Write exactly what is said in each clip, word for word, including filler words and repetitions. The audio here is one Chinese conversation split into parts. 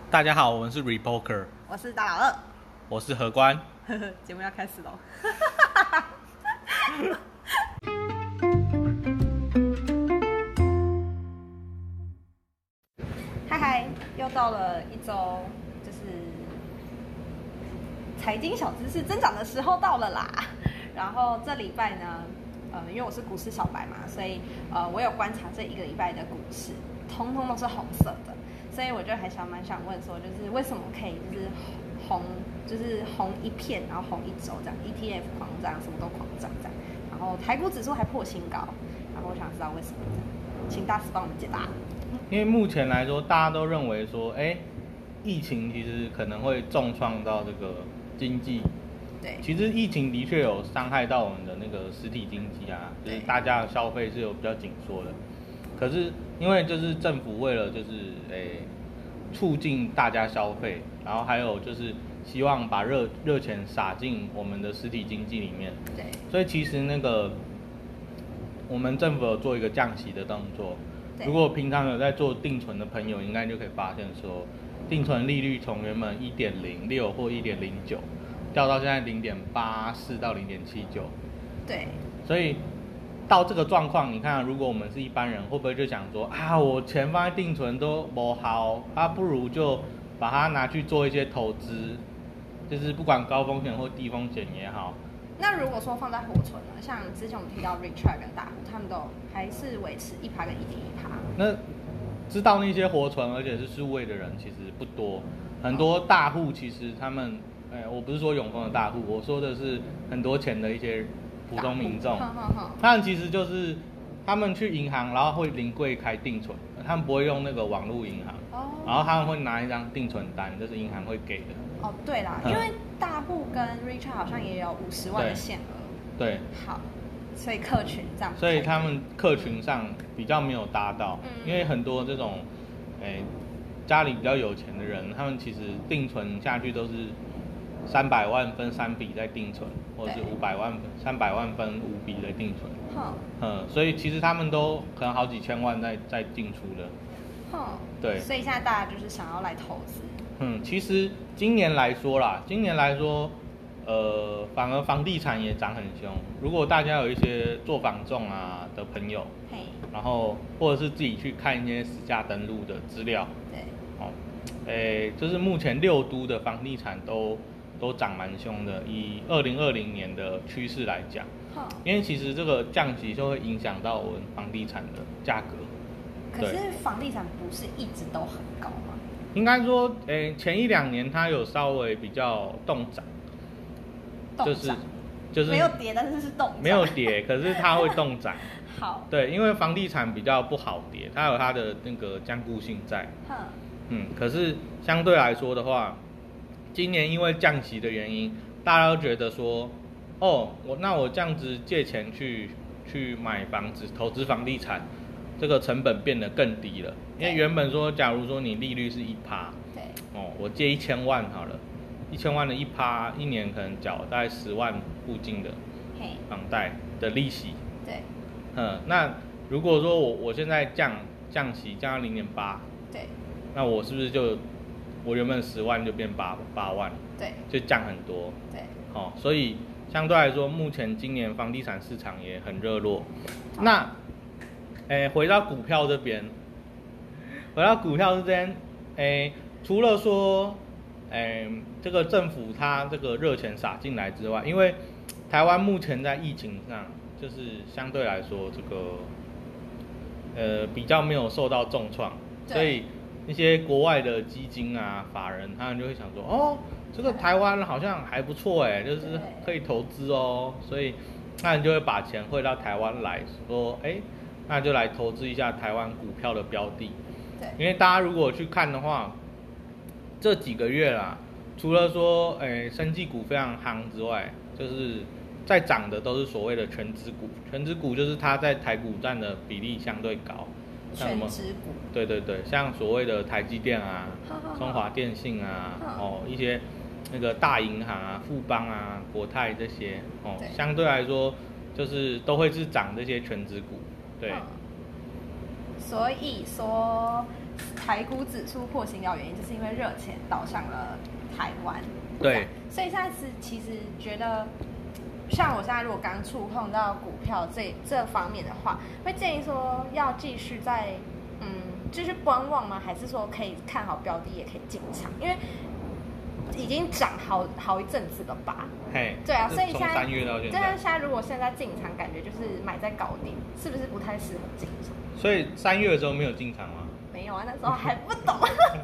大家好，我们是 Repoker， 我是大老二， 我是何官。 节目要开始喽！嗨嗨，又到了一周，就是财经小知识增长的时候到了啦。然后这礼拜呢，呃，因为我是股市小白嘛，所以呃，我有观察这一个礼拜的股市，通通都是红色的。所以我就还想蛮想问说，就是为什么可以就是红，就是红一片，然后红一周这样 ，E T F 狂涨，什么都狂涨这样，然后台股指数还破新高，然后我想知道为什么这样，请大师帮我们解答。 因为目前来说，大家都认为说，哎，疫情其实可能会重创到这个经济。 对， 其实疫情的确有伤害到我们的那个实体经济啊，就是大家的消费是有比较紧缩的。可是因为就是政府为了就是诶促进大家消费，然后还有就是希望把热热钱撒进我们的实体经济里面， 对， 所以其实那个我们政府有做一个降息的动作。如果平常有在做定存的朋友，应该就可以发现说，定存利率从原本一点零六或一点零九掉到现在零点八四到零点七九， 对， 所以。到这个状况，你看，如果我们是一般人，会不会就想说啊，我钱放在定存都不好，啊，不如就把它拿去做一些投资，就是不管高风险或低风险也好。 那如果说放在活存呢，像之前我们提到 Richard 跟大户，他们都还是维持一趴跟一点一趴。 那知道那些活存而且是数位的人其实不多，很多大户其实他们，哎，我不是说永丰的大户，我说的是很多钱的一些。普通民众，他们其实就是他们去银行，然后会临柜开定存，他们不会用那个网络银行，哦、然后他们会拿一张定存单，这是银行会给的。 哦，对啦，嗯、因为大户跟 Richard 好像也有五十万的限额。 对。 好，所以客群这样。 所以他们客群上比较没有达到，嗯、因为很多这种，诶，家里比较有钱的人，他们其实定存下去都是。三百万分三笔在定存，或者是五百万三百万分五笔在定存，嗯，所以其实他们都可能好几千万在在进出的，对， 所以现在大家就是想要来投资， 嗯，其实今年来说啦，今年来说，呃，反而房地产也涨很凶。如果大家有一些做房仲啊的朋友，嘿，然后或者是自己去看一些实价登录的资料，对，哦，诶，就是目前六都的房地产都。都涨蛮凶的，以二零二零年的趋势来讲，因为其实这个降息就会影响到我们房地产的价格。 可是房地产不是一直都很高吗？ 应该说，诶，前一两年它有稍微比较动涨， 就是就是没有跌，但是是动涨。 没有跌，可是它会动涨。 好， 对，因为房地产比较不好跌，它有它的那个坚固性在。嗯，可是相对来说的话。今年因为降息的原因，大家都觉得说，哦，我那我这样子借钱去去买房子、投资房地产，这个成本变得更低了。因为原本说，假如说你利率是一趴，对，哦，我借一千万好了，一千万的一趴，一年可能缴大概十万附近的房贷的利息。对，嗯，那如果说我我现在降降息降到零点八，对，那我是不是就？我原本十万就变八八万，对，就降很多，对，好、哦，所以相对来说，目前今年房地产市场也很热络。哦、那，诶，回到股票这边，回到股票这边，诶，除了说，诶，这个政府它这个热钱撒进来之外，因为台湾目前在疫情上，就是相对来说这个，呃，比较没有受到重创，所以。一些国外的基金啊、法人，他们就会想说，哦，这个台湾好像还不错哎，就是可以投资哦，所以他们就会把钱汇到台湾来说，哎，那就来投资一下台湾股票的标的。对，因为大家如果去看的话，这几个月啦，除了说，哎，生技股非常夯之外，就是在涨的都是所谓的全指股，全指股就是它在台股占的比例相对高。 全指股， 对对对，像所谓的台积电啊、中华电信啊，哦，一些那个大银行啊、富邦啊、国泰这些，哦，相对来说就是都会是涨这些全指股，对。 所以说， 台股指数破新高原因，就是因为热钱倒向了台湾。 对， 所以现在是其实觉得，像我现在如果刚触碰到股票这这方面的话，会建议说要继续在嗯继续观望吗？还是说可以看好标的也可以进场？因为已经涨好好一阵子了吧？ 嘿， 对啊，所以现在三月到现在， 对啊，现在如果现在进场，感觉就是买在高点，是不是不太适合进场？ 所以三月的时候没有进场吗？ 没有啊，那时候还不懂。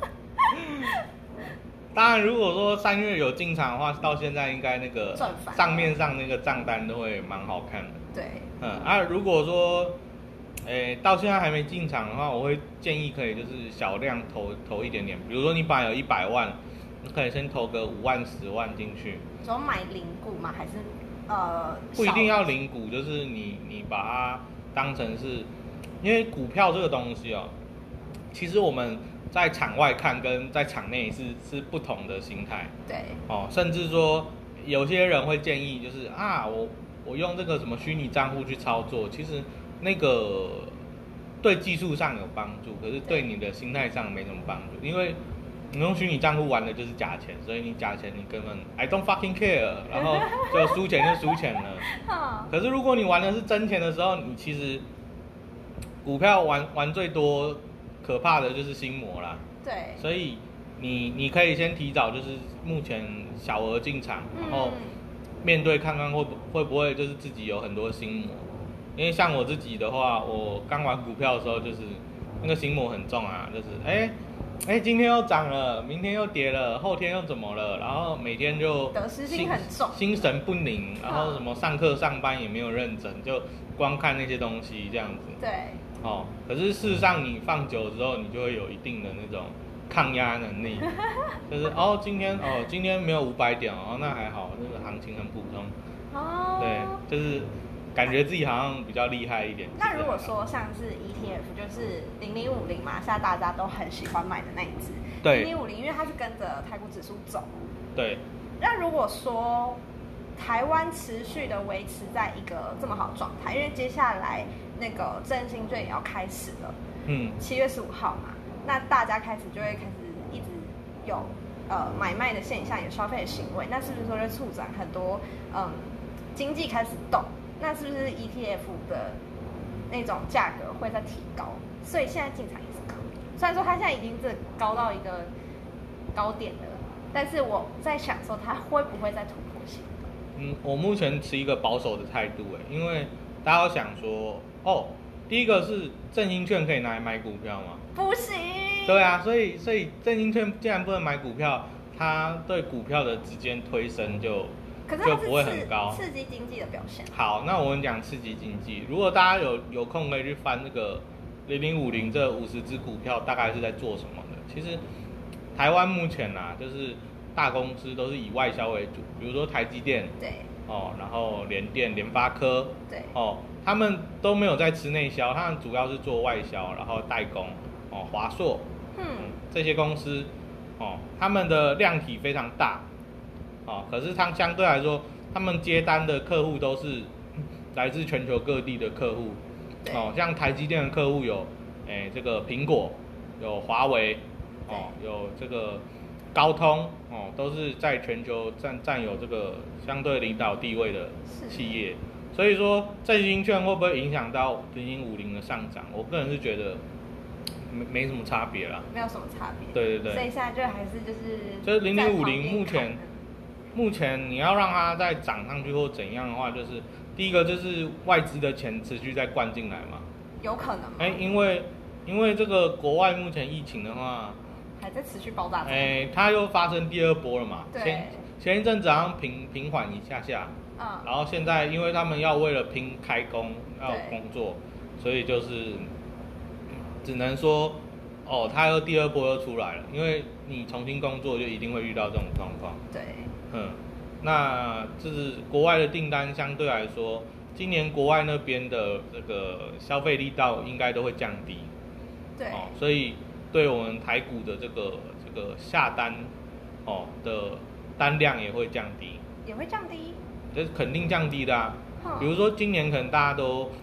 当然，如果说三月有进场的话，到现在应该那个账面上那个账单都会蛮好看的。 对， 嗯啊，如果说，诶，到现在还没进场的话，我会建议可以就是小量投投一点点，比如说你本来有一百万，你可以先投个五万、十万进去。 你说买零股吗？还是呃？ 不一定要零股，就是你你把它当成是，因为股票这个东西哦，其实我们在场外看跟在场内是是不同的心态。 对。哦， 甚至说有些人会建议就是啊，我我用这个什么虚拟账户去操作，其实那个对技术上有帮助，可是对你的心态上没什么帮助，因为你用虚拟账户玩的就是假钱，所以你假钱你根本 I don't fucking care， 然后就输钱就输钱了。可是如果你玩的是真钱的时候，你其实股票玩玩最多可怕的就是心魔啦。 对。所以你你可以先提早就是目前小额进场，然后面对看看会不会不会就是自己有很多心魔。因为像我自己的话，我刚玩股票的时候就是那个心魔很重啊，就是哎。哎，今天又涨了，明天又跌了，后天又怎么了？然后每天就得失心很重， 心神不宁，然后什么上课上班也没有认真，就光看那些东西这样子。 对。 哦，可是事实上你放久之后，你就会有一定的那种抗压能力，就是哦，今天哦今天没有五百点哦，那还好，那个行情很普通。哦。对，就是。感觉自己好像比较厉害一点。 那如果说像是 E T F， 就是零零五零嘛，现在大家都很喜欢买的那一只。 对。 零零五零，因为它是跟着台股指数走。 对。 那如果说台湾持续的维持在一个这么好的状态，因为接下来那个振兴券也要开始了，嗯，七月十五号嘛，那大家开始就会开始一直有呃买卖的现象，有消费的行为，那是不是说就促展很多嗯经济开始动？那是不是 E T F 的那种价格会再提高？所以现在进场也是可以。虽然说它现在已经是高到一个高点了，但是我在想说它会不会再突破新高？ 嗯，我目前持一个保守的态度哎，因为大家都想说，哦，第一个是振兴券可以拿来买股票吗？ 不行。 对啊，所以所以振兴券既然不能买股票，它对股票的直接推升就。 可是就不会很高， 刺激经济的表现。 好，那我们讲刺激经济。如果大家有有空可以去翻那个零零五零这五十只股票，大概是在做什么的？其实台湾目前啊，就是大公司都是以外销为主，比如说台积电， 对， 哦，然后联电、联发科， 对， 哦，他们都没有在吃内销，他们主要是做外销，然后代工，哦，华硕，嗯，这些公司，哦，他们的量体非常大。哦，可是它相对来说，他们接单的客户都是来自全球各地的客户。哦，像台积电的客户有，诶，这个苹果，有华为，哦，有这个高通，哦，都是在全球占占有这个相对领导地位的企业。所以说，振兴券会不会影响到零零五零的上涨？我个人是觉得没没什么差别啦。 没有什么差别。 对对对。 所以现在就还是就是。 就是零零五零目前。目前你要让它再涨上去或怎样的话，就是第一个就是外资的钱持续在灌进来嘛， 有可能吗？ 哎，因为因为这个国外目前疫情的话， 还在持续爆炸。 哎，它又发生第二波了嘛。 对。 前前一阵子好像平平缓一下下，嗯，然后现在因为他们要为了拼开工要工作，所以就是只能说哦，它又第二波又出来了，因为你重新工作就一定会遇到这种状况。 对。 嗯，那就是国外的订单相对来说，今年国外那边的这个消费力道应该都会降低， 对， 哦，所以对我们台股的这个这个下单，哦的单量也会降低， 也会降低， 这是肯定降低的啊。比如说今年可能大家都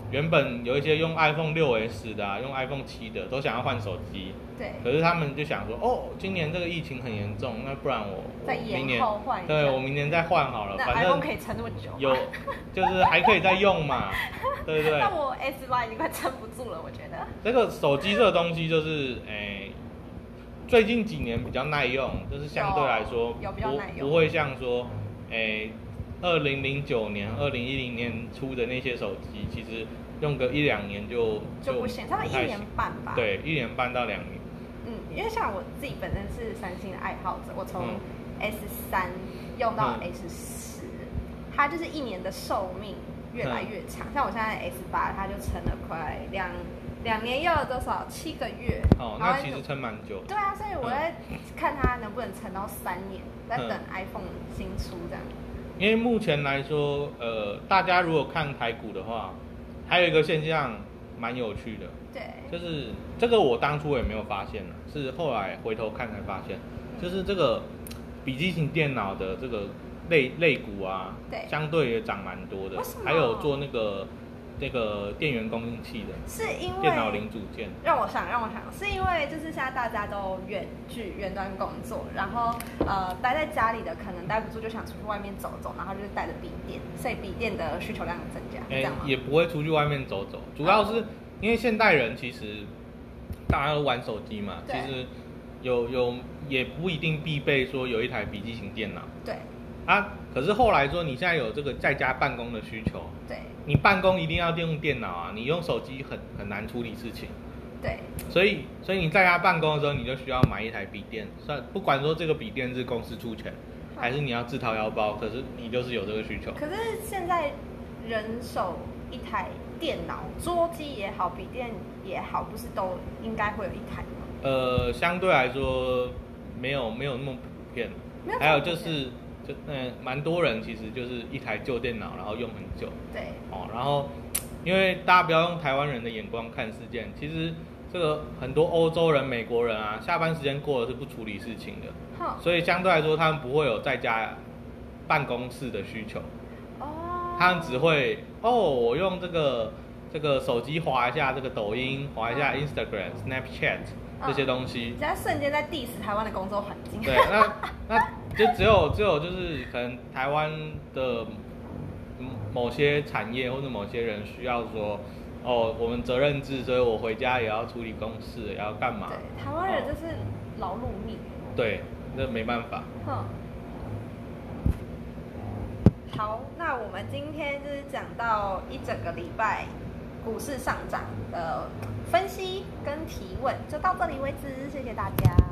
原本有一些用 iPhone 六 S 的、啊，用 iPhone 七的，都想要换手机。 对。 可是他们就想说，哦，今年这个疫情很严重，那不然我再延后换一下。 对，我明年再换好了。 那反正 iPhone 可以撑那么久。 有，就是还可以再用嘛，对不对？ 那我 S 八已经快撑不住了，我觉得。 这个手机这个东西就是，诶，最近几年比较耐用，就是相对来说有比较耐用， 不会像说，诶，二零零九年、二零一零年出的那些手机，其实用个一两年就就不行，他们一年半吧。 对，一年半到两年。 嗯，因为像我自己本身是三星的爱好者，我从 S 三用到 S 十、嗯，它就是一年的寿命越来越长。嗯、像我现在 S 八，它就撑了快两两年，又有多少七个月？ 哦，那其实撑蛮久。 对啊，所以我在看它能不能撑到三年，在等 iPhone 新出这样。 因为目前来说，呃，大家如果看台股的话，还有一个现象蛮有趣的。 对， 就是这个我当初也没有发现了，是后来回头看才发现，就是这个笔记型电脑的这个类类股啊， 对， 相对也涨蛮多的。 为什么？ 还有做那个那个电源供应器的， 是因为电脑零组件。让我想，让我想，是因为就是现在大家都远距远端工作，然后呃待在家里的可能待不住，就想出去外面走走，然后就是带着笔电，所以笔电的需求量增加，是这样吗？ 也不会出去外面走走，主要是。因为现代人其实大家都玩手机嘛，其实有有也不一定必备说有一台笔记型电脑。 对。 啊，可是后来说你现在有这个在家办公的需求， 对， 你办公一定要用电脑啊，你用手机很很难处理事情。 对。所以所以你在家办公的时候，你就需要买一台笔电，算不管说这个笔电是公司出钱，嗯、还是你要自掏腰包，可是你就是有这个需求。 可是现在人手一台。电脑、桌机也好，笔电也好，不是都应该会有一台吗？ 呃，相对来说没有没有那么普遍。还有就是，就嗯，蛮多人其实就是一台旧电脑，然后用很久。 对。哦， 然后因为大家不要用台湾人的眼光看事件，其实这个很多欧洲人、美国人啊，下班时间过的是不处理事情的， 哦、 所以相对来说他们不会有在家办公室的需求。他们只会哦，我用这个这个手机滑一下这个抖音，滑一下 Instagram、Snapchat 这些东西。 现在瞬间在 diss 台湾的工作环境。 对，那那就只有只有就是可能台湾的某些产业或者某些人需要说，哦，我们责任制，所以我回家也要处理公事，也要干嘛？ 对，台湾人就是劳碌命。 对，那没办法。 哼。好，那我们今天就是讲到一整个礼拜股市上涨的分析跟提问，就到这里为止，谢谢大家。